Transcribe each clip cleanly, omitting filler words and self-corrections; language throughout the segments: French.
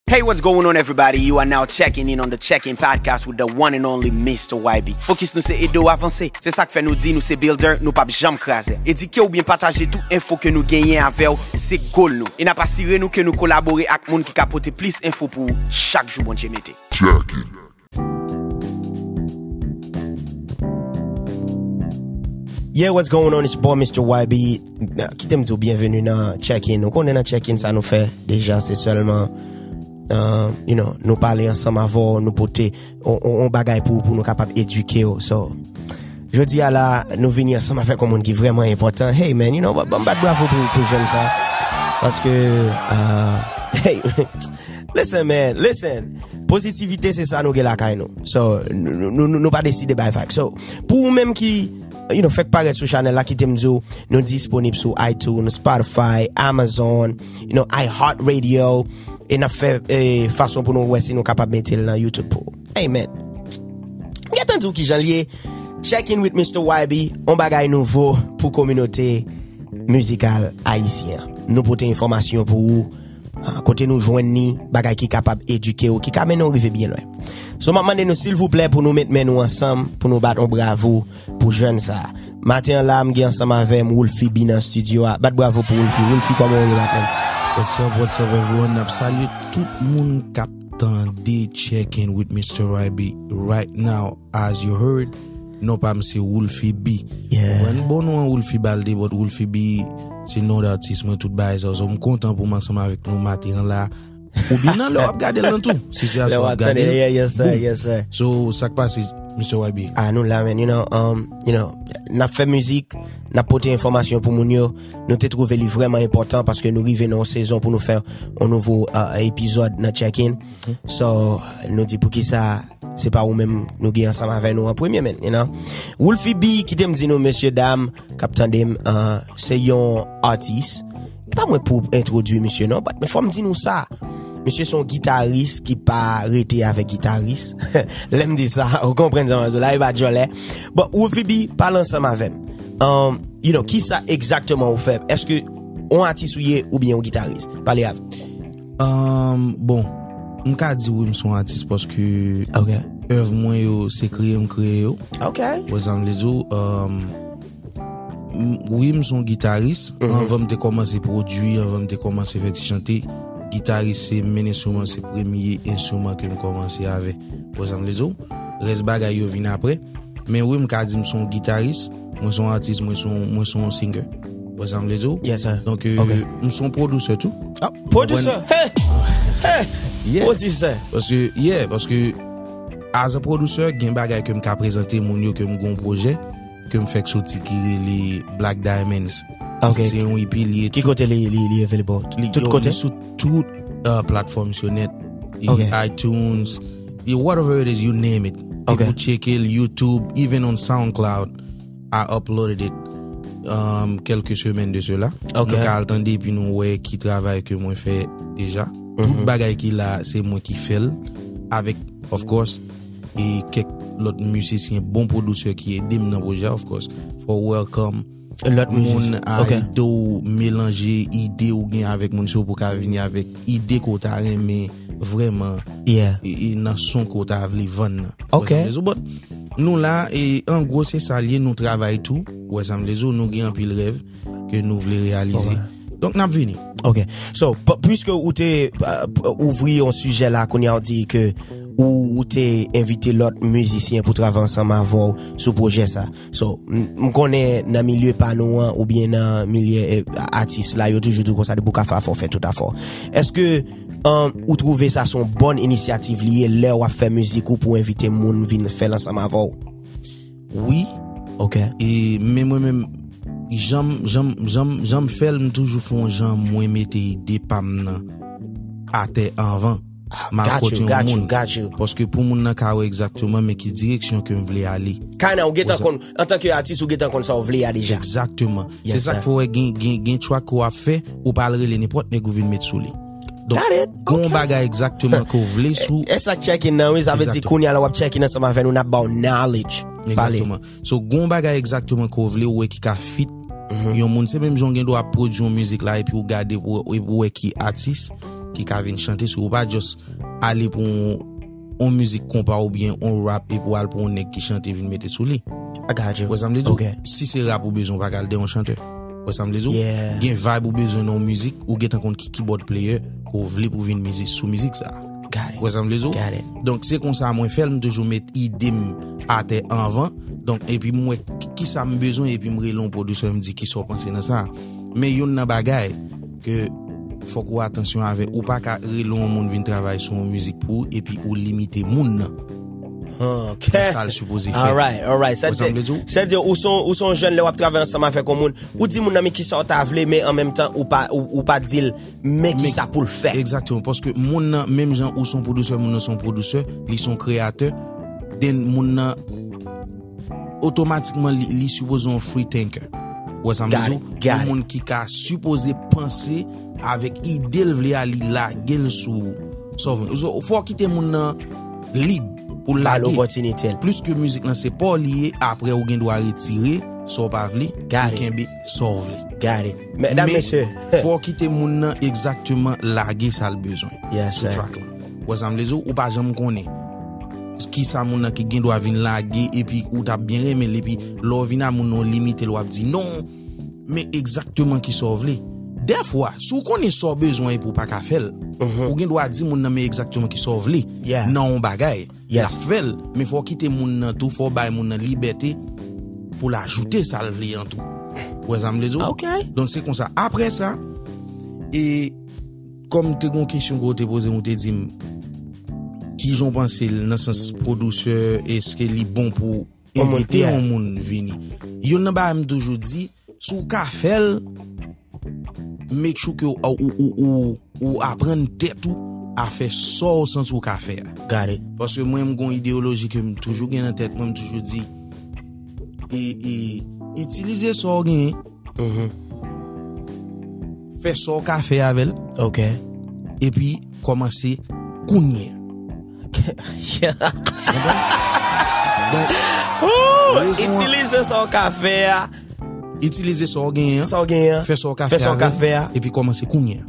Hey, what's going on, everybody? You are now checking in on the Check-In podcast with the one and only Mr. YB. Focus nous c'est aider ou avancer. C'est ça que fait nous dire nous c'est builder, nous pas jamais craser. Éduquer ou bien partager toute info que nous gagnons avec c'est goal nous. Et n'a pas siré nous que nous collaborer avec monde qui capote plus info pour chaque jour bon Dieu mette. Check-In. Yeah, what's going on? It's your boy Mr. YB. Qui t'aime tout, bienvenue dans Check-In. Donc on est dans Check-In, ça nous fait déjà, c'est seulement nous parler ensemble avant, nous porter on bagaille pour nous capable éduquer. So, je dis à la, nous venir ensemble avec un monde qui est vraiment important. Hey man, bravo pour jeune ça. Parce que, hey, listen. Positivité, c'est ça nous get la caille nous. So, nous pas décider by fact. So, pour même qui, fait paraître sur channel là qui t'aime dire, nous disponible sur iTunes, Spotify, Amazon, iHeartRadio, et n'a fait façon pour nous voir si nous capable mettre dans YouTube pour. Hey man. Y'a tant de qui j'en lié. Check in with Mr. YB, on bagaille nouveau pour communauté musicale haïtienne. Nous porter information pour vous. Côté nous joindre ni bagaille qui capable éduquer ou qui capable nous arriver bien loin. So maintenant nous s'il vous plaît pour nous mettre nous ensemble pour nous battre un bravo pour jeune ça. Matin là m'gé ensemble avec Wolfie B dans studio. Bat bravo pour Wolfie. Wolfie comment on est maintenant? What's up everyone? Salut tout le monde captain de Check In with Mr. YB. Right now, as you heard, non pas c'est Wolfie B. Yeah. Bon nom Wolfie Balde, but Wolfie B c'est nom d'artiste moi tout bail ça. So content pour m'ensemble avec nous matin là. Ou bien non, là regarder là tout. Si c'est ça regarder. Yeah, yes sir. So ça passe Mr. YB. Ah nous là man, n'a fait musique, n'a porté information pour moun yo, nous te trouvé li vraiment important parce que nous arrivons dans saison pour nous faire un nouveau épisode dans Check-In. So nous dit pour qui ça c'est pas ou même nous gè ensemble avec nous en premier man, Wolfie B qui t'aime dit nous messieurs dames, capitaine dem c'est un artiste. Pas moi pour introduire monsieur non, mais faut me dire nous ça. Monsieur son guitariste qui pas arrêté avec guitariste. L'aime dit ça, vous comprenez ça, là il va joler. But Wolfie B parle ensemble avec. Qui ça exactement vous fait? Est-ce que on artiste ou bien un guitariste? Parlez avec. Bon, on ka dit oui, son artiste parce que œuvre moi yo c'est créé. OK. Par exemple les autres oui, son guitariste, avant de commencer produire, avant de commencer faire chanter. Guitariste c'est mon instrument, c'est premier instrument que nous commencer avec. Par exemple les autres reste bagay yo vinn après, mais oui m'ka dit son guitariste, moi son artiste, moi son singer. Par exemple les autres. Yes sir. Donc son producteur tout. Ah, producteur. Hey. Yeah. Producteur. Parce que as a producer, gen bagay que m'ka présenter mon yo que m'gon projet que m'fait sorti qui les Black Diamonds. Okay. C'est un EP lié. Qui côté les available? Tout côté? Sur toute plateforme sur net. Okay. iTunes, whatever it is, you name it. Okay. You check it, YouTube, even on SoundCloud. I uploaded it quelques semaines de cela. Okay. Donc, à attendre, puis nous, ouais, qui travaille que moi fait déjà. Tout bagay qui là, c'est moi qui fait. Avec, of course, et quelques autres musiciens, bons producteurs qui aident dans le projet, of course. For welcome. L'autre musicien. OK. Do mélanger idée ou bien avec mon show pour venir avec idée qu'on t'a aimé vraiment. Yeah. Et dans son qu'on t'a voulu vendre. OK. Nous là et en gros c'est ça lié nous travail tout. Ouais ça les autres nous gagne un pile rêve que nous voulons réaliser. Donc n'a venu. OK. So puisque ou t'es ouvrir un sujet là qu'on a dit que ou t'es invité l'autre musicien pour travailler ensemble avant sur projet ça. So on connaît dans milieu panouan ou bien dans milieu artiste là yo toujours comme ça de beaucoup faire fait tout à fait. Est-ce que ou trouver ça son bonne initiative liée là ou faire musique ou pour inviter moun vinn faire ensemble avant? Oui. OK. Et moi même j'aime faire toujours font j'aime moi mettre des pam à terre avant. Got you. Parce que pour moun nan ka exactement mais qui direction que me voulais aller. Kana ou get en tant que artiste ou get en ça ou voulez aller déjà. Exactement. Yes, c'est ça qu'il faut gen choix qu'on a fait ou parler les n'importe mais vous mettre sous les. Donc on bagay exactement qu'on voulait sous. Et ça check-in now ça veut dire qu'on y a la check-in ensemble avec nous about knowledge. Exactement. So gon bagay exactement qu'on voulait ou qui ka fit. Yon moun c'est même jon gen doit produire musique là et puis regarder ou qui artiste qui ka vinn chanter sur ou pas juste aller pour on musique compas ou bien on rap et pour aller pour un nèg qui chante vinn mettre sous lui. I got you. Ouais, ça me dit Okay. si c'est rap ou besoin pas garder un chanteur. Ouais, ça me dit Yeah. gen vibe ou besoin non musique ou gen tant compte qui keyboard player qu'on vle pour vinn musique sous musique ça. Got it. Ouais, ça me dit Got it. donc c'est comme ça moi faire toujours mettre idée à terre avant. Donc et puis moi qui ça me besoin et puis me relon producteur me dit qui sont penser dans ça. Mais yon nan bagay que faut qu'on attention avec ou pas ka relon monde vinn travailler sur musique pour et puis ou limiter moun nan. OK. Ça le supposé faire. All right. C'est-à-dire où sont jeunes là ou travailler ensemble avec comme moun ou dit moun ami qui sort ta vle mais en même temps ou pas dire mais qui ça pour le faire. Exactement parce que moun nan même gens ou sont producteurs, moun nan sont producteurs, ils sont créateurs, den moun nan automatiquement li suppose un free thinker. Ouais, ça me dit un monde qui ka supposé penser avec idée vle ali la gueule sous faut quitter moun nan libre pour la l'opportunité. Plus que musique là c'est pas lié après ou gen doit retirer so pas vle kembe so vle. Got it. Mesdames, messieurs. Faut quitter moun nan exactement laguer ça le besoin. Yes, sir. Track là. Ouais, ça me dit ou pas jamais connaît. Qui ça moun nan qui gen doit venir laguer et puis ou t'a bien aimé et puis l'on vient moun non limiter l'on dit non mais exactement qui so vle. Des fois, si vous connaissez son besoin pour pas ka faire, ou gen doit dire moun nan mais exactement qui so vle. Non bagay. La fait mais faut quitter moun nan tout, faut bay moun nan liberté pour l'ajouter ça le vle en tout. Ouais, ça me dit. OK. Donc c'est comme ça. Après ça et comme te gon question que te poser ou te dit qui j'en pense dans sens producteur est-ce que li bon pour inviter un monde venir. Yon nan ba m toujours dit sou ka fel make sure que ou apprendre tête ou à faire ça sans ou ka faire. Got it. Parce que moi m'gon idéologie que m toujours gen en tête, moi m toujours dit et utiliser ça gen faire ça ka faire avec. OK. Et puis commencer kounye. Utiliser son café. Utiliser son gain. Faire son café. Et puis commencer kounye.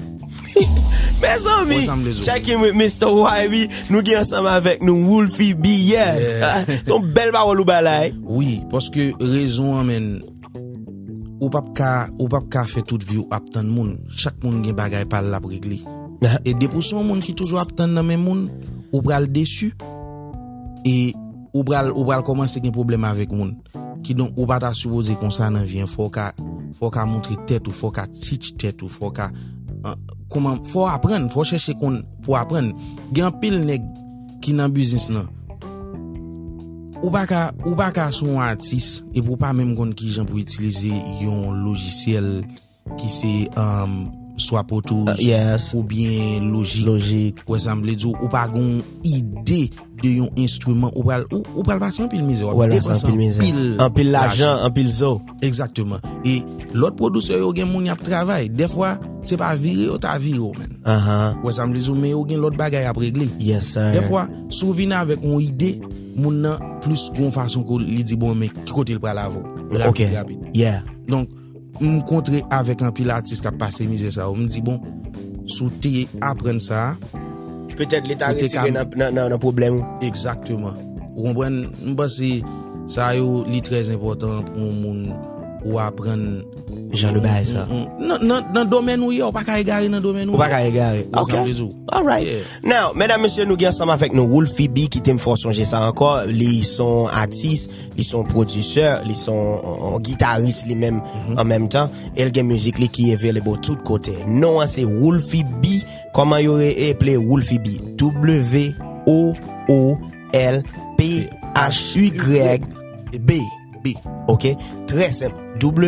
Mes amis, check in with Mr. YB. Nous sommes ensemble avec nous Wolfie B. Yes. Son belle parole ou balay. Oui, parce que raison amène ou pas ka faire toute vie ou attendre moun. Chaque monde gen bagay par la régler. Et des pour son monde qui toujours attend dans même monde ou pral déçu et ou pral commencer gen problème avec monde qui donc ou pas ta supposé comme ça nan vient faut ka montrer tête ou faut ka teach tête ou faut ka comment faut apprendre faut chercher pour apprendre gen pile nèg qui dans business là ou pas ka son artiste et pour pas même kon qui gens pour utiliser un logiciel qui c'est soit Pro Tools ou bien logique ouais ça me dit ou pas gon idée de un instrument ou pas pas sans pile misère en pile l'argent en pile zo exactement et l'autre producteur yo gen moun y a travail des fois c'est pas viré ou ta viré man ouais ça me dit mais yo gen l'autre bagay à régler yes sir des fois souvenir avec une idée moun nan plus gon façon ko li dit bon mais qui côté le pral avo rapide yeah donc me rencontrer avec un pile artiste qui a passé misère ça on me dit bon sous té apprendre ça peut-être l'état retiré dans problème exactement vous comprenez c'est ça yo li très important pour moun ou apprendre Jean le bail ça dans domaine où yo pas ka égarer dans domaine où pas ka égarer OK all right now mesdames messieurs nous ensemble avec nous Wolfie B qui t'aime fort songer ça encore ils sont artistes ils sont producteurs ils sont guitaristes les mêmes en même temps et le musique qui est available tout côté non c'est Wolfie B comment y aurait appelé Wolfie B W O O L P H Y B OK très simple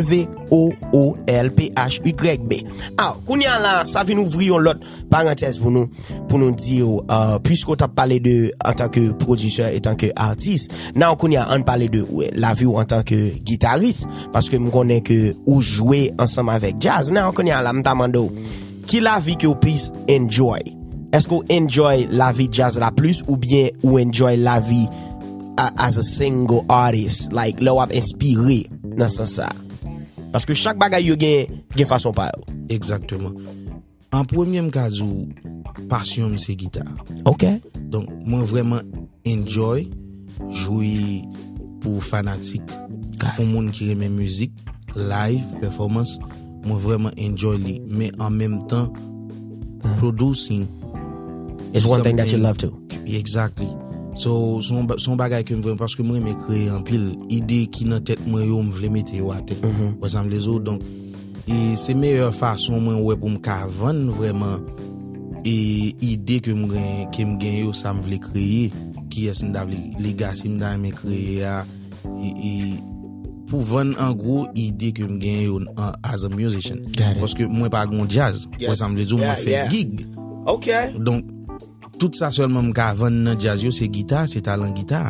W-O-O-L-P-H-Y-B. Alors, kounya là, ça vient ouvrir l'autre parenthèse pour nous dire, puisqu'on t'a parlé de, en tant que producteur et en tant que artiste, now kounya, on parle de la vie en tant que guitariste, parce que nous connaissons que, ou jouer ensemble avec jazz. Now kounya là, m'tamando, qui la vie que vous puisse enjoy? Est-ce qu'on enjoy la vie jazz la plus, ou bien, ou enjoy la vie as a single artist, like, là, ou inspiré? Dans ce sens ça parce que chaque bagaille yo gen façon pa yo exactement En premier cas, passion c'est guitare. OK. Donc moi vraiment enjoy jouer pour fanatique, pour monde qui aime musique, live performance, moi vraiment enjoy li, mais en même temps producing is one thing that you love too. Exactly. So son bagay que vraiment parce que moi me créer en pile idée qui dans tête moi yo me vle mettre yo à terre. Par exemple les autres donc et c'est meilleure façon moi ouais pour me vendre vraiment et idée que me gagne yo ça me vle créer qui est les gars si me me créer et pour vendre en gros idée que me gagne as a musician parce que moi pas gon jazz par exemple les autres moi fait gig. OK. Donc tout ça seulement m'ka vendre dans jazz yo c'est guitare, c'est talent guitare.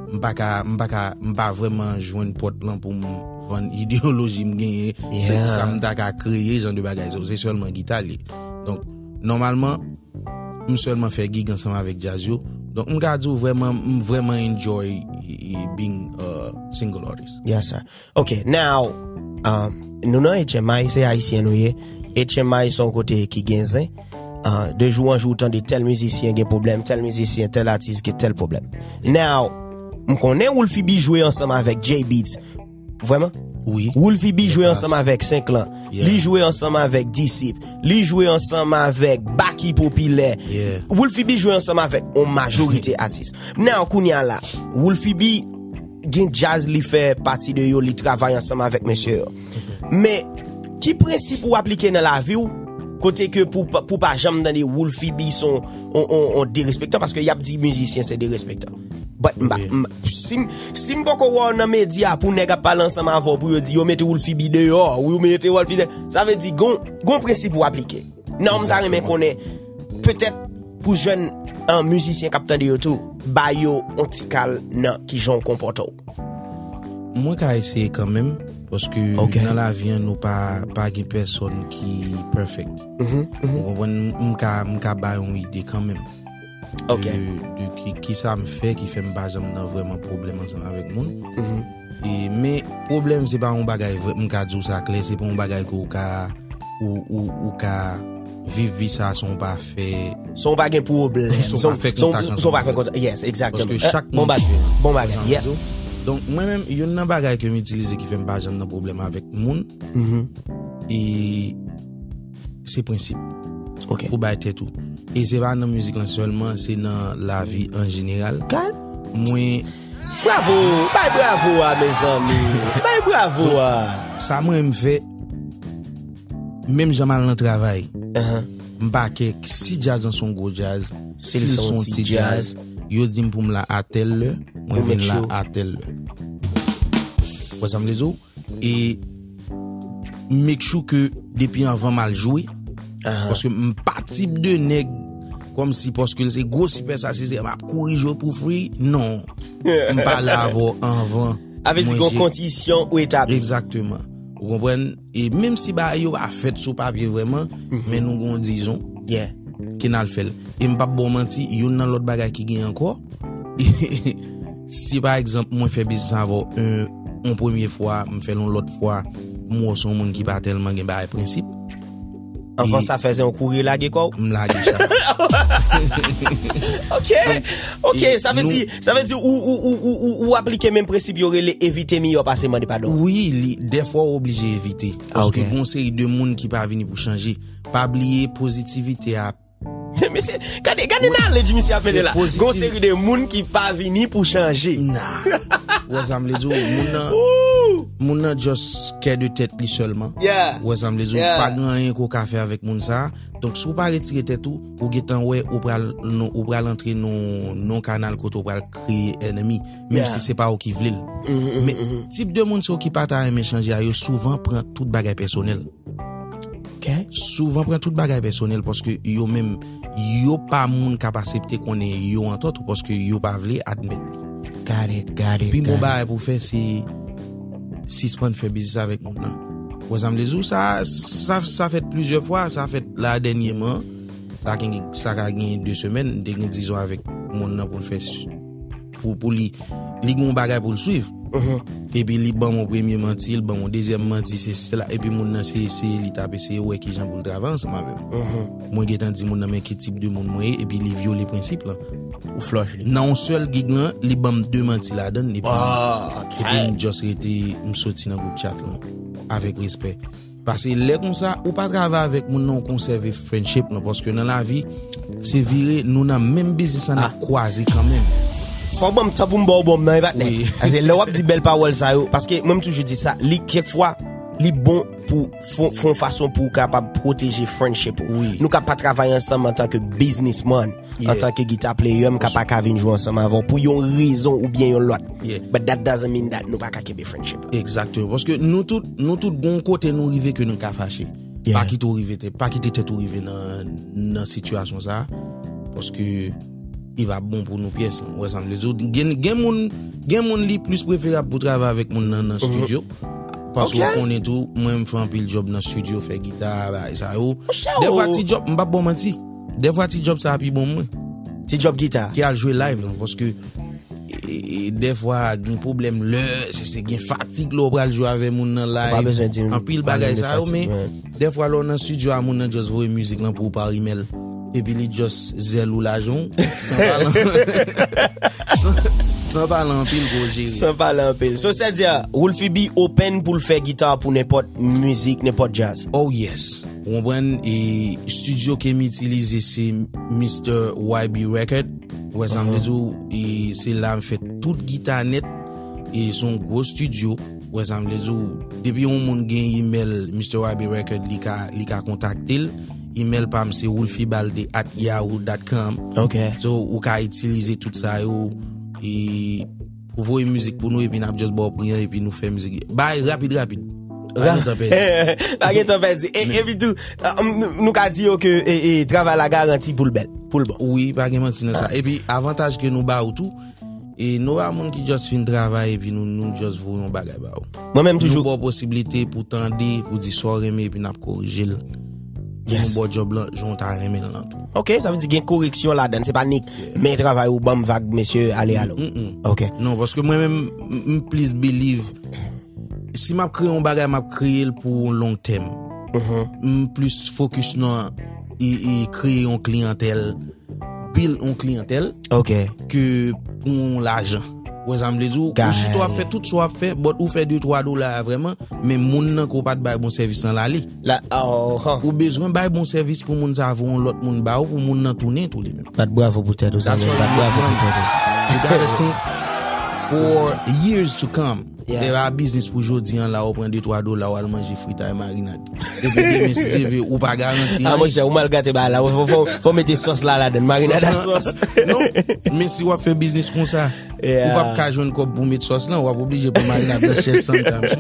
M'pa vraiment joindre porte là pour vendre idéologie m'gagner, c'est ça m'ta ka créer genre de bagages, c'est seulement guitare li. Donc normalement me seulement faire gig ensemble avec jazz yo. Donc m'ka dire vraiment enjoy being a single artist. Yes sir. Okay, now nous non HMI c'est haïtien nous yé. HMI son côté qui gagne de jour en jour tant de tel musicien qui a problème, tel musicien, tel artiste qui a tel problème. Now, on connaît Wolfie B jouer ensemble avec J Beats. Vraiment? Oui. Wolfie B jouer ensemble avec Saint-Clan. Lui jouer ensemble avec Disciple. Lui jouer ensemble avec Baki Populaire. Wolfie B jouer ensemble avec une majorité artiste. Now, kounya là, Wolfie B gen jazz li fait partie de yo, li travaille ensemble avec monsieur. Mais qui principe ou appliquer dans la vie ou côté que pour pas jamais dans les Wolfie B sont on dérespectant parce que y a dit musicien c'est dérespectant. But si m'poko wou nan média pour nèg parler ensemble avant pour dire yo mettez Wolfie B dehors ou mettez Wolfie de, ça veut dire gon principe pour appliquer. Non m'ta remen connaît peut-être pour jeune un musicien captain de yo tout ba yo on ti kal nan qui jon comporte. Moi ka essayer quand même parce que dans la vie nous pas une personne qui perfect. M'ka ba une idée quand même. OK. De qui ça me fait qui fait me pas jamais vraiment problème ensemble avec moi. Et mais problème c'est pas un bagage m'ka dire ça clair, c'est pas un bagage ou ka vivre ça son pas fait son bagage problème son pas fait contact. Yes, exactement. Parce que chaque bon bagage. Yeah. Donc moi-même il y a un bagage que m'utiliser qui fait pas jamais de problème avec monde. Et c'est principe. OK. Pour bailler tout. Et c'est pas dans musique là seulement, c'est dans la vie en général. Moi bravo à mes amis. Bravo à ça moi me fait même jamais dans le travail. M'baké si jazz dans son gros jazz, si son petit jazz, yo dit pour me la à tel moi viens là à tel pour ça me les autres et make sure que depuis avant mal jouer parce que pas type de nèg comme si parce que c'est gros super ça c'est m'a courir jouer pour free non pas là avant avec une condition ou établi exactement vous comprenez et même si ba yo a fait sur papier vraiment mais nous gon disons qui n'a le fait et m'pas bon menti yon dans l'autre bagage qui gagne encore si par exemple moi fait business avant un première fois me fait l'autre fois moi son monde qui pas tellement gain ba principe avant ça faisait un courir laguer quoi m'laguer ça OK ça veut dire ou appliquer même principe yo relé éviter mieux passer demander pardon oui des fois obligé éviter parce que conseil de monde qui pas venir pour changer pas oublier positivité à mais c'est regardez knowledge monsieur appelé là conseil de monde qui pas venir pour changer ou ensemble les autres moun just care de tête li seulement ou ensemble les autres pas rien qu'on ka faire avec moun ça donc si ou pas retirer tête tout ou getan ouais ou pral entrer non canal côté ou pral créer ennemi même si c'est pas ou qui vle mais type de moun qui pas ta aimer changer yo souvent prend toute bagaille personnel. Souvent prend toute bagaille personnel parce que yo même yo pas moun capable accepter qu'on est yo en tout parce que yo pas vle admettre. Got it. Puis mon bail pour faire c'est si se faire business avec moun nan. Par exemple les ça fait plusieurs fois, ça fait la dernièrement, ça a gagné 2 semaines, disons avec moun nan pour le faire pour li gon bagay pour le suivre. Et puis li ban mon premier menti, ban mon deuxième menti c'est cela et puis moun nan c'est li tape c'est ouais qui Jean pour le travail ensemble avec. Moi getan di moun nan mais qui type de moun moi et puis li viole principe là. Ou flush. Non seul gig là, li ban deux menti la donne et puis OK. et puis just été me sorti dans groupe chat là avec respect. Parce que là comme ça ou pas travailler avec moun non conserver friendship là parce que dans la vie c'est viré nous n'a même business à croiser quand même. Faut bon tabou bon nan va né. Parce que le wap dit belle parole ça yo parce que même toujours dis ça, li quelquefois li bon pour font façon pour capable protéger friendship. Oui. Nous capable travailler ensemble en tant que businessman, en tant que guitar player, capable ka vinn jouer ensemble avant pour yon raison ou bien yon l'autre. But that doesn't mean that nous pas ka kebe friendship. Exactement parce que nous tout bon côté nous river que nous ka fâché. Pas qui tout river pas qui tête tout river dans situation ça parce que il va bon pour nous pièces ouais ça les autres gen moun li plus préférable pour travailler avec mon dans studio parce qu'on est tout moi me fais un pile job dans studio faire guitare ça yo des fois ti job m'pas bon menti des fois ti job ça pi bon moi ti job guitare qui a joué live là, parce que des fois un problème le c'est gain fatigue là pour jouer avec moun dans live en pile bagay ça mais des fois là dans studio à moun juste voir musique là pour par email et puis il juste zèle ou l'argent sans parler en pile pour gérer sans parler en pile so c'est dire Wolfie B open pour faire guitare pour n'importe musique n'importe jazz. Oh yes on prend et studio qui m'utilise c'est Mr. YB Record ouais ça me dit et c'est là me fait toute guitare net et son gros studio ouais ça me dit depuis on monde gain email Mr. YB Record li ka contacter email pam c'est wolfiebalde@yahoo.com. OK. So ou ka utiliser tout ça yo et pour voir musique pour nous et puis n'a juste bon prière et puis nous faire musique. Bye rapide. Pas de tempête. Et puis tout nous ka dit que travail la garantie pour le bon. Oui, pas de mentir ça. Et puis avantage que nous ba ou tout et nous a monde qui juste fin travail et puis nous juste voyons bagay ba ou. Moi même toujours bonne possibilité pour tendre pour dire soirée mais puis n'a corriger. Yes. Bon job là, j'ont ta remet là tout. OK, ça veut dire qu'il y a une correction là-dedans, c'est pas nick. Mais travail ou bam vague monsieur, allez. OK. Non, parce que moi même please believe si m'a créé un bagage m'a créé pour long terme. Plus focus non et créer une clientèle, build une clientèle. OK. Que pour l'argent. Ouais, ça me dit ou si toi fait tout soit fait, but ou fait $2-3 vraiment, mais moun nan ko pas de bay bon service dans la li. Là ou besoin bay bon service pour moun sa avon l'autre moun ba ou pour moun nan tourner tout les mêmes. Pas de bravo pour tête ça. Pas de bravo pour tête. You gotta think for years to come. There are business pour jodi an la ou prend $2-3 ou al manger frita et marinade. Et puis demain si tu veux ou pas garanti. Ah mon cher, ou mal gâté ba là, faut mettre sauce là dedans, marinade à sauce. Non, mais si on fait business comme ça, ou pas ka joindre comme pour mettre sauce là, on va obligé pour marinade dans chez sometimes.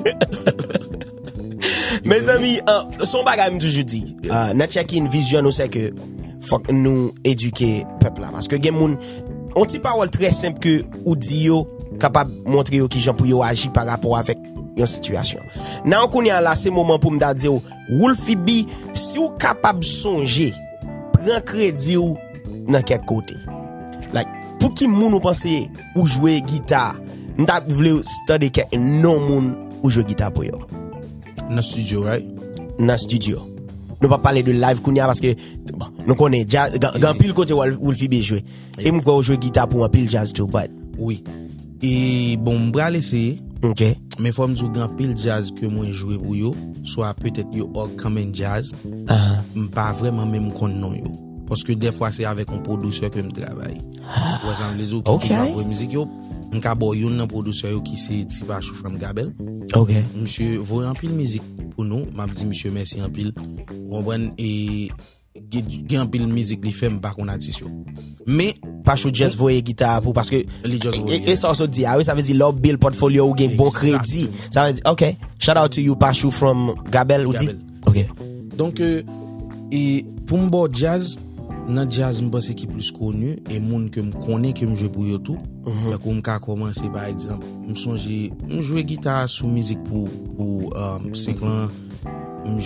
Mes amis, son bagage me toujours dit, na check-in vision nous c'est que faut nous éduquer peuple là parce que gen moun on ti parole très simple que ou dit yo capable montrer yo qui gens pour yo agir par rapport avec une situation. Nan qu'on y a là c'est moment pour me dire Wolfie B si ou capable songer prend crédit ou dans quel côté. Like pour qui moun ou penser ou jouer guitare, m'ta vle study que non moun ou jouer guitare pour yo. Dans studio, right? Dans studio. Nous pas parler de live kounya parce que bon, nous connaît jazz grand pile côté Wolfie B jouer. Et moi jouer guitare pour un pile jazz tout but. Oui. Et bon, m'bra laisser. OK. Mais faut me dire grand pile jazz que moi jouer pour yo, soit peut-être yo upcoming jazz. Pas vraiment même kon non yo. Parce que des fois c'est avec un producteur que me travaille. Par exemple les autres qui jouent musique yo, m'ka bo yon nan producteur yo qui c'est Tipachou from Gabel. OK. Monsieur voit en pile musique pour nous, m'a dit monsieur merci en pile. On prend et gen pile musique li fait pas qu'on artiste yo. Mais pas chou just voyer guitare pour parce que et ça se dit ah oui ça veut dire leur bill portfolio ou gain bon crédit. Ça veut dire OK. Shout out to you Pachou from Gabel ou dit. OK. Donc et pour m'bo jazz dans jazz m'pense qui plus connu et monde que me connaît que me jouer pour yo tout. Donc on ka commencer par exemple, me songer me jouer guitare sous musique pour 5 ans, me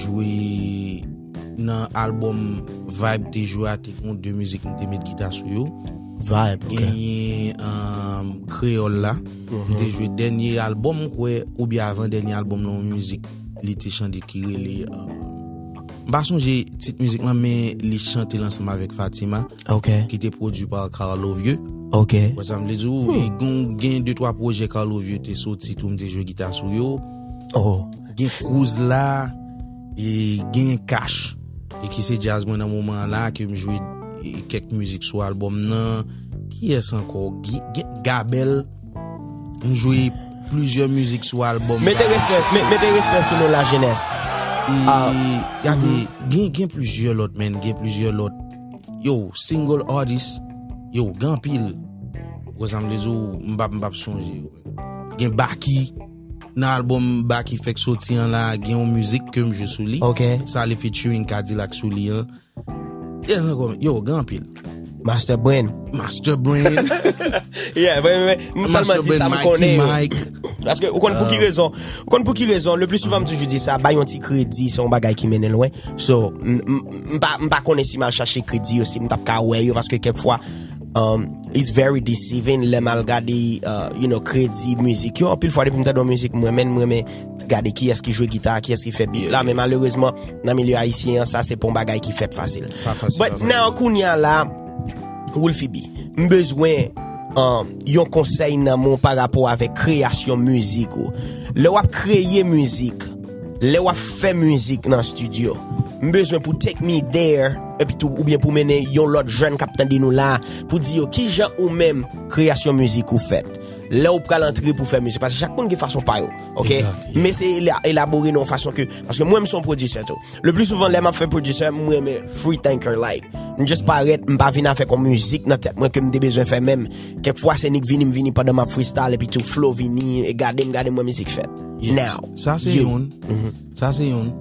jouer dans album Vibe te jouer à te compte de musique te mettre guitare sur yo. Vibe, ok. Gagné Créole là. J'ai joué dernier album quoi ou bien avant dernier album non musique, il était chanté qui relait pas songer petite musique là mais il chantait ensemble avec Fatima. OK. Qui était produit par Carlo Vieux. OK. Par exemple, les jours, il y a 2-3 projets Carlo Vieux t'es sorti tout me jouer guitare sur yo. Oh. Gen Cruz là et gen Cash et qui c'est jazz moi dans moment là que me jouer quelques musiques sur album nan qui est encore Gabel me jouer plusieurs musiques sur album Mettez respect sur nous la jeunesse. Regardez, gen plusieurs autres men, gen plusieurs autres. Yo, single artist, yo, gan pile. Par exemple, les autres, m'bap songer. Gen Baki, dans l'album Baki fait que sorti là, gen une musique que je sou li. OK. Ça le featuring Cadillac sou li. Yo, gan pile. Master Brain. Yeah, mais seulement dit ça me connaît. Parce que on connaît pour qui raison, le plus souvent me toujours dit ça, ba yon ti crédit, c'est un bagay qui mène loin. So, m'pa connaît si mal chercher crédit aussi, m'tap ka wè yo parce que quelquefois it's very deceiving le mal gade crédit musique yo en pile fois depuis m'ta dans musique moi-même regarder qui est-ce qui joue guitare, qui est-ce qui fait beat là, mais malheureusement dans milieu haïtien ça c'est pour un bagay qui fait facile. But now kounya là Wolfie B, besoin yon conseil nan mon par rapport avec création musique ou. Le wap créer musique, le wap fait musique dans studio. Besoin pour take me there et puis tout ou bien pour mener yon l'autre jeune capitaine de nous là pour dire qui gens ou même création musique ou fait. Là ou pral entrer pour faire musique parce que chaque monde qui façon pas yo, OK? Exact, yeah. Mais c'est élaboré non façon que parce que moi je suis producteur tout. Le plus souvent les m'a fait producteur moi mais free thinker like. Just paraît m'pa venir faire comme musique dans tête moi que me besoin faire même quelquefois c'est Nick vini pendant ma freestyle et puis tout flow vini et garder moi musique fait. Yes. Now. Ça c'est une. Ça c'est une.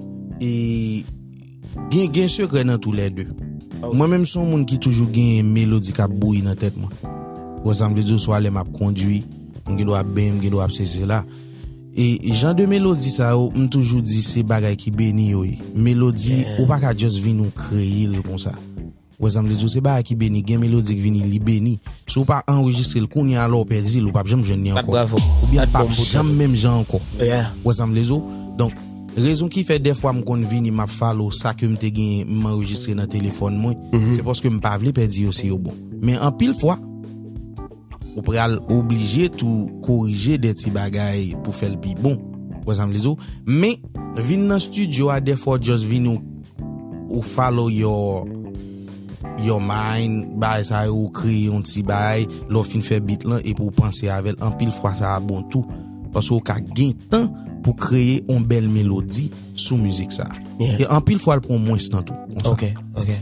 Et gen secret dans tous les deux. Okay. Moi même son monde qui toujours gen mélodie qui bouille dans tête moi. Par exemple, les soit les m'a conduit, on doit bien, on doit c'est là. Et genre de mélodie ça, on toujours dit c'est bagay qui béni yo. Mélodie ou pas qu'à juste venir nous créer comme ça. Par exemple, les c'est bagay qui béni, gen mélodie qui vient li béni. Si ou pas enregistrer le qu'on y a alors perdu ou pas jamais jeune encore. Ou bien pas jamais même gens encore. Par exemple, les autres. Donc raison qui fait des fois me kon vini m'a follow ça que m'te gen m'enregistrer dans téléphone moi, c'est parce que m'pa vle perdre aussi au bon. Mais en pile fois ou pral obligé tout corriger des petits bagailles pour faire le plus bon. Par exemple les autres, mais vin dans studio à des fois just vin ou follow your mind, bah ça ou créer un petit bail, l'on fin faire beat là et pour penser avec en pile fois ça a bon tout parce qu'on ka gain temps pour créer une belle mélodie sous musique ça. Et en pile fois elle prend moins de temps tout. OK.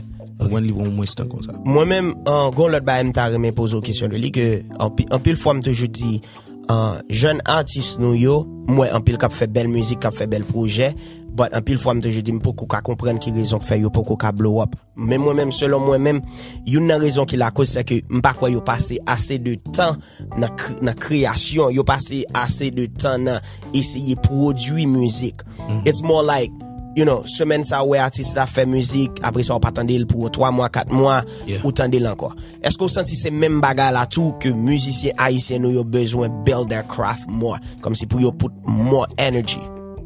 Moi-même, gon l'autre ba m'ta remen pose aux questions de lui que en pile fois me toujours dit jeune artiste nou yo, moi en pile k'ap fait belle musique, k'ap fait bel projet, but en pile fois me toujours dit m'poko ka comprendre qui raison que fait yo poko ka blow up. Mais moi-même selon moi-même, une raison qui la cause c'est que m'pa quoi yo passé assez de temps dans création, yo passé assez de temps dans essayer produire musique. It's more like semaine ça ouais artiste a fait musique après ça on pas attendre pour 3 mois 4 mois ou tendre encore. Est-ce que vous sentez c'est même bagarre là tout que musiciens haïtiens ont besoin build their craft more comme si pour yo put more energy?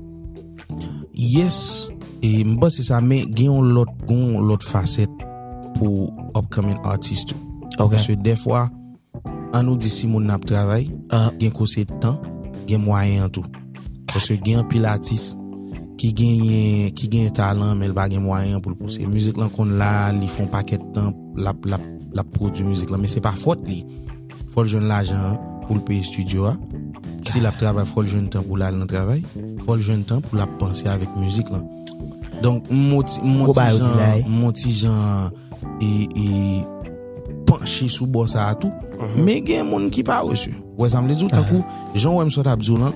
Yes, et m'ba c'est ça mais gen l'autre facette pour upcoming artistes tout. Okay. Parce que des fois on nous dit si mon n'a travail, gen conseil de temps, gen moyen tout. Parce que gen pile artiste qui gagne talent mais il pas gagne moyen pour pousser musique là qu'on là ils font paquet de temps la produire musique là mais c'est pas faute li faut le jeune l'argent pour le payer studio si la travail faut le jeune temps pour aller dans travail faut le jeune temps pour la penser avec musique là donc mon petit gens et pencher sous boss ça tout mais il y a un monde qui pas reçu par exemple les autres coup Jean Wem soit abzoulan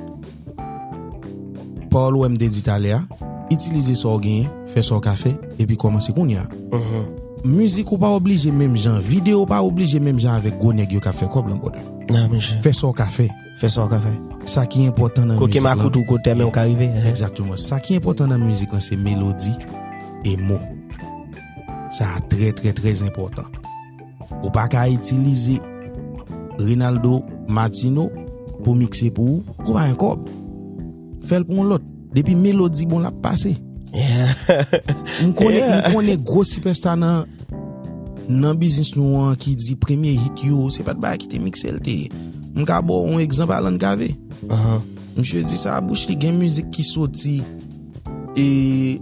Paul ou MD d'Italia, utiliser son gain, faire son café et puis commencer qu'on y a. Musique ou pas obligé même gens, vidéo pas obligé même gens avec gros nèg yo café comme l'encore. Non monsieur. Faire son café. Ça qui est important dans musique. Côté ma coutou côté mais on arriver. Exactement. Ça qui est important dans musique là c'est mélodie et mots. Ça très très très important. Ou pas qu'à utiliser Ronaldo Martino pour mixer pour ou pas un corps. Fait pour l'autre. Depuis mélodie bon la passé. On connaît gros superstar dans business nous qui dit premier hit yo, c'est pas de bail qui te mixé le té. On ka bon un exemple Alan Kave. Monsieur dit ça bouche li gen musique qui sorti et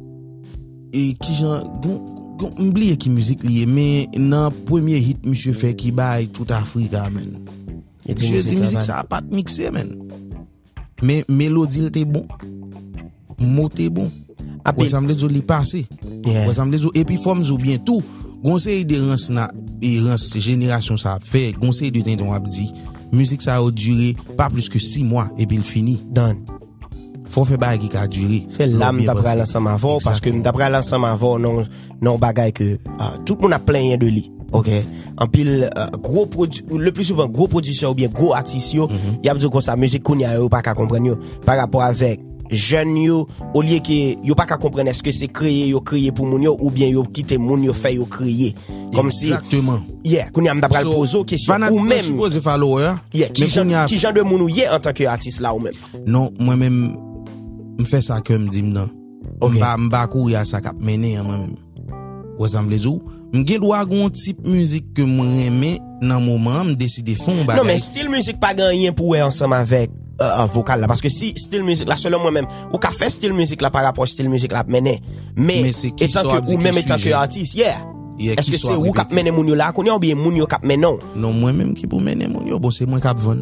qui genre m'oublier qui musique lié mais dans premier hit monsieur fait qui bail tout Africa men. Monsieur dit musique ça pas mixé men. Mais mélodie était bon. Mot était bon. Vous semblez que li passé. Vous semblez et puis forme bien tout. Conseil de rance génération ça fait conseil de temps on dit musique ça a duré pas plus que 6 mois et puis il finit. Done. Faut faire bail qui a duré. Fait l'âme d'après l'ensemble avant parce que d'après l'ensemble avant non bagaille que tout le monde a plein de lui. OK. En pile gros le plus souvent gros producteur ou bien gros artiste yo, y a besoin comme ça musique qu'on y a pas qu'à comprendre yo par rapport avec jeunes yo au lieu que yo pas qu'à comprendre est-ce que c'est créé pour moun yo ou bien yo quitter moun yo fait yo créer comme exactement. Qu'on y a m'd'apral poser question ou même supposé follower. Qui genre de moun ou en tant que artiste là ou même. Non, moi même me fait ça que me dit non. M'ba courir ça cap mener moi même. Ou semble tout m'gen droit gon type musique que moi aimer dans moment me décider fond bagay. Non mais style musique pas gagné pour ensemble avec vocal là parce que si style musique là selon moi même ou ka fait style musique là par rapport style musique là mener mais étant que ou même étant que artiste est-ce que c'est ou cap mener moun yo là qu'on ou bien moun yo cap mener non moi même qui pour mener moun yo bon c'est moi cap vendre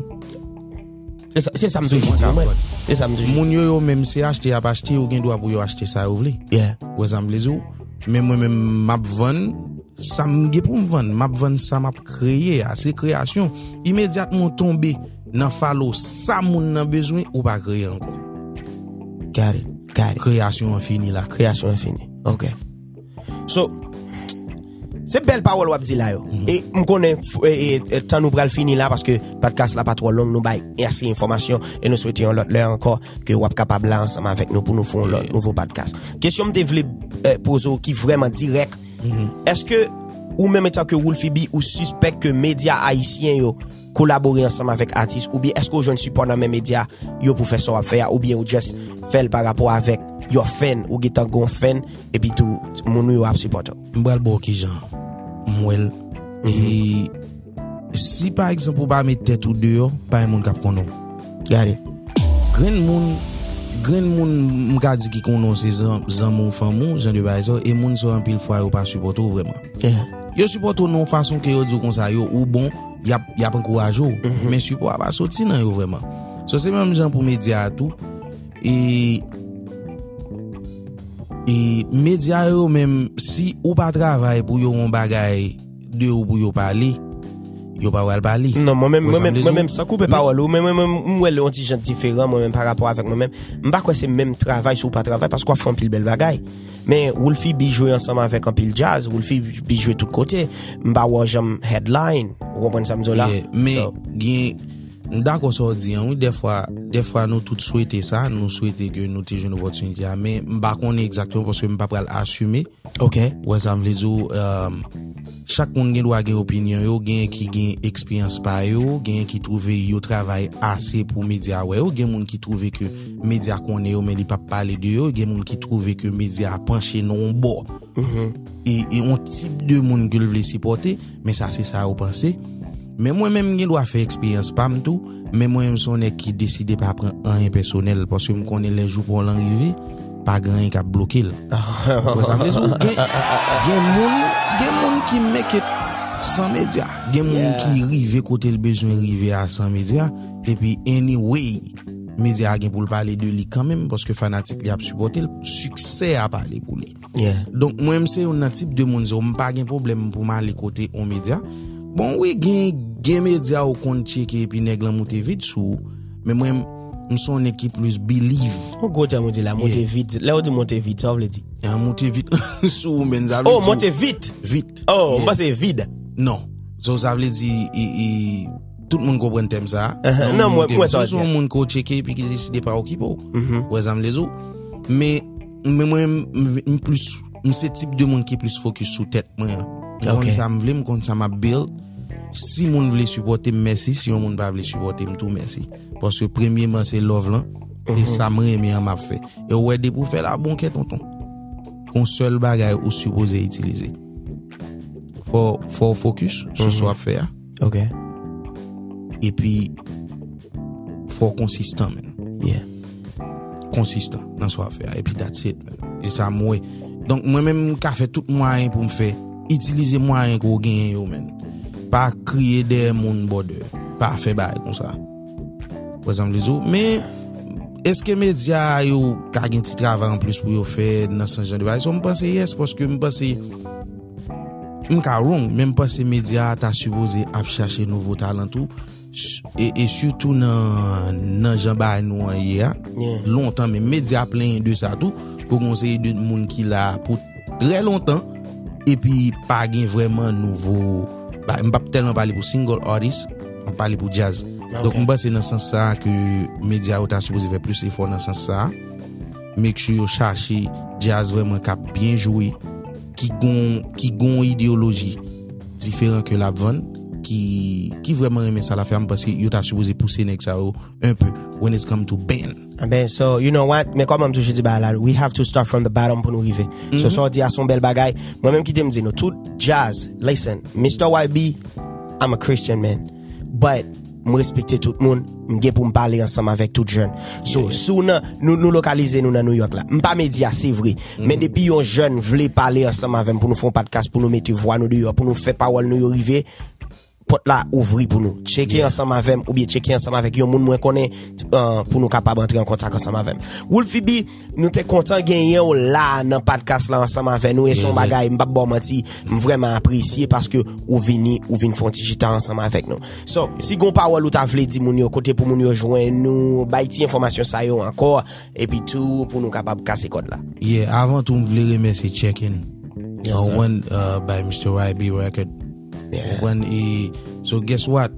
c'est ça me toujours c'est ça me toujours moun yo même c'est acheter à pas acheter ou gen droit pour yo acheter ça ou vle ou exemple les ou mais moi même m'a vendre ça me pour me vendre m'a vendre ça m'a créer c'est création immédiatement tomber nan follow ça moun nan besoin ou pas créer encore. Got it. Création infinie là. Création infinie. OK. So c'est belle parole wap di là yo. Et m connais temps nous pral fini là parce que podcast là pas trop long nous bail assez information et nous souhaitons l'autre l'heure encore que wap capable là ensemble avec nous pour nous faire l'autre nouveau podcast. Question me devle poser qui vraiment direct. Est-ce que ou même étant que Wolfie B ou suspect que médias haïtiens yo collaborer ensemble avec artistes ou bien est-ce que je ne suis pas dans mes médias yo pour faire ça faire ou bien ou just faire par rapport avec your fan ou getan gon fan et puis tout moun yo a supporter m'bral bo ki jan m'wel et si par exemple ou pas mettre tête ou dehors pas un monde k'ap konon regardez grand moun m'ka di ki konon c'est zanmou famou jan de baïso et moun so en pile fois ou pas supporter vraiment yo supporter non façon que yo di comme ça yo ou bon y a pas encouragé mais support pas sorti nan yo vraiment so c'est même gens pour média tout et média yo même si ou pas travail pour yo on bagay de ou pour yo parler yo pas va parler non moi même sans couper parole ou même moi le petit gens différent moi même par rapport avec moi même m'pas quoi c'est même travail ou pas travail parce qu'on fait un pile belle bagay mais Wolfie B jouer ensemble avec un pile jazz Wolfie B jouer tout côté m'pas wa jam headline vous comprenez ça me là mais d'accord ça dit oui des fois nous tous souhaiter ça nous souhaiter que nous t'ai une opportunité mais m'pas connait exactement parce que m'pas pral assumer OK ouais ça me veut dire chaque monde doit avoir opinion yo gen qui gen expérience par yo gen qui trouve yo travail assez pour média ouais yo gen monde qui trouve que média connaît yo mais il pas parler de yo gen monde qui trouve que média a penché non bon et on type de monde que veut supporter mais ça c'est ça vous pensez mais moi même je dois faire expérience pas tout mais moi même son qui décide pas prendre un personnel parce que me connais les jours pour l'arrivée pas grand qui a bloqué vous savez gen moun qui make it sans média gen moun qui rive côté le besoin rive à sans média et puis anyway média gen pour parler de lui quand même parce que fanatique li a supporter le succès à parler pour lui donc moi même c'est un type de monde on pas gen problème pour m'aller côté on média bon oui gen média au compte checker et puis nèg la monter vite sous mais moi nous sommes une équipe plus believe. On go ta monter la monter vite. Là on dit monter vite, ça veut dire. Monter vite sous Benza. Oh, monter vite. Vite. Oh, moi c'est vide. Non. Ça veut dire tout le monde comprend thème ça. Non, moi ça. C'est un monde qui checker puis qui décide pas occuper. Ouais, ça me les autres. Mais moi plus ce type de monde qui est plus focus sur tête moi. Ok. Ça me vle, ça m'a build. Si moun vle supporter merci, si on moun pas vle supporter tout merci. Parce que premièrement c'est love là, et ça me remet m'a fait. Et ouais de pour faire la bonne tonton. Qu'on seul bagay ou supposé utiliser. Faut focus sur ce qu'on fait. OK. Et puis faut consistant man. Yeah. Consistant dans ce qu'on fait et puis that's it man. Et ça moi. Donc moi même qu'a fait tout moyen pour me faire utiliser moyen qu'on gagne yo man. Pas crier des moun border, pas faire bail comme ça. Par exemple mais est-ce que média yo ka gen ti travail en plus pour yo faire dans ce genre de bail? On pense yes parce que me pense m'ka wrong, même parce que média t'a supposé à chercher nouveau talent tout et surtout dans Jean ba nous hier longtemps mais média plein de ça tout qu'on conseille de monde qui là pour très longtemps et puis pas gen vraiment nouveau on pas tellement parler pour single artist, on parle pour jazz. Donc on pense c'est dans ce sens ça que média t'a supposé faire plus effort dans ce sens ça. Make sure yo chercher jazz vraiment cap bien joué qui gon idéologie différent que la vanne qui vraiment aime ça la ferme parce que yo t'a supposé pousser nek ça un peu when it's come to band. Ben so you know what, mais comme même toujours dit bah là we have to start from the bottom pour nous arriver. So ça dit à son bel bagay. Moi même qui te me dit nous tout jazz. Listen, Mr. YB, I'm a Christian man. But me respecter tout le monde, me pour me parler ensemble avec tout jeune. So sous nous localiser nous dans New York là. M'pas média c'est vrai, mais depuis un jeune voulait parler ensemble avec pour nous faire podcast pour nous mettre voix nous dehors pour nous faire parole nous arriver. Porte là ouvri pour nous checker ensemble avec ou bien checker ensemble avec yon moun moins connaît pour nous capable entrer en contact ensemble avec Wolfie B nous t'es content gagner là dans podcast là ensemble avec nous et son bagay m'pa bon menti vraiment apprécié parce que ou vini font digital ensemble avec nous. So si gon parole ou t'a vle di moun yo côté pour moun yo joindre nous bay ti information ça yo encore et puis tout pour nous capable casser code là. Yeah, avant tout m'vle remercier check-in one by Mr. YB record. Yeah. So guess what?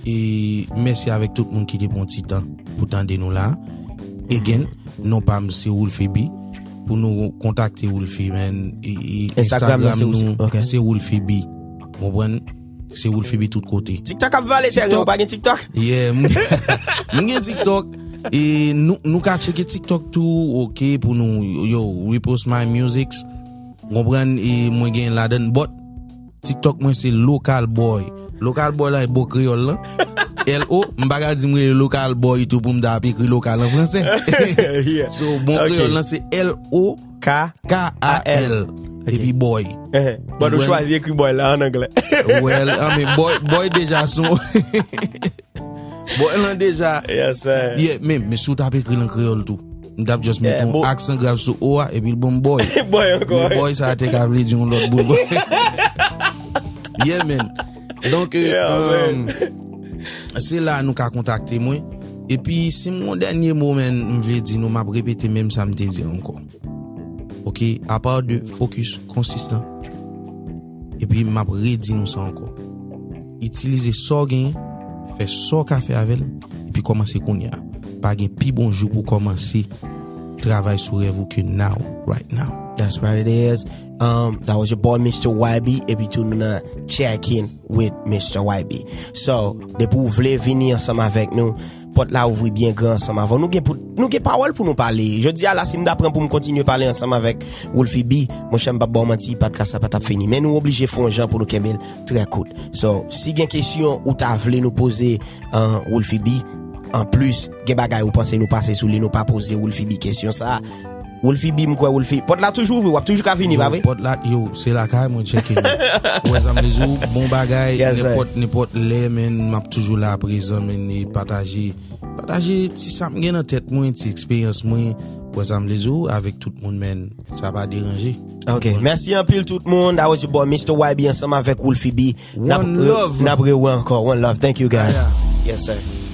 Merci avec tout le monde qui était bon petit temps pour tendre nous là. Again, non pas c'est Wolfie B pour nous contacter Wolfie man. Instagram nous c'est Wolfie B. Bon c'est Wolfie B tout côté. TikTok a valé sérieux pas gen TikTok? Yeah, m'gen TikTok et nous ka checker TikTok tout OK pour nous yo repost my musics. Comprendre et moi gen la donne but TikTok moi c'est local boy. Local boy là est beau créole là. LO m'baga di moi local boy tout pour m'da écrit local en français. So bon créole là c'est LOKAL et puis boy. Bon nous choisir écrit boy là en anglais. Well, I mean boy déjà son boy là déjà. Yes sir. Yeah, mais sous taper écrit en créole tout. M'dap just mettre un accent grave sur O et puis le bon boy. Boy encore. Boy ça a été câblé du l'autre boy. Yeah man. Donc c'est là nous qu'a contacté moi et puis si mon dernier mot me veut dire nous m'a répéter même ça me dit encore. OK, à part de focus consistant. Et puis m'a redit nous ça encore. Utiliser ça gain, faire ça qu'a fait avec et puis commencer qu'on y a. Pas gain pi bon jour pour commencer travail sur rêve que now right now. That's right it is. That was your boy Mr. YB et puis tout nous check in with Mr. YB. So, de pour vle venir ensemble avec nous, porte là ouvrir bien grand ensemble avant nous gen parole pour nous parler. Je dis à la sim d'apprendre pour me continuer parler ensemble avec Wolfie B. Mon chien pas bon menti podcast ça pas t'a fini. Mais nous obligé font gens pour nous kemel très cool. So, si gen question ou t'a vle nous poser Wolfie B en plus, gen bagay ou pensez nous passer sous lui nous pas poser Wolfie B question ça. Wolfie B m'kwa Wolfie porte là toujours ou toujours ka venir pas vrai porte là yo c'est la caille mon check-in ouais ça me dit bon bagay n'importe les men m'a toujours là présent men partager si ça me gagne en tête moi une expérience moi ouais ça me dit avec tout le monde men ça va déranger. OK, merci en pile tout le monde. That was your boy Mr. YB ensemble avec Wolfie B. One love. N'a encore one love. Thank you guys. Yeah. Yes sir.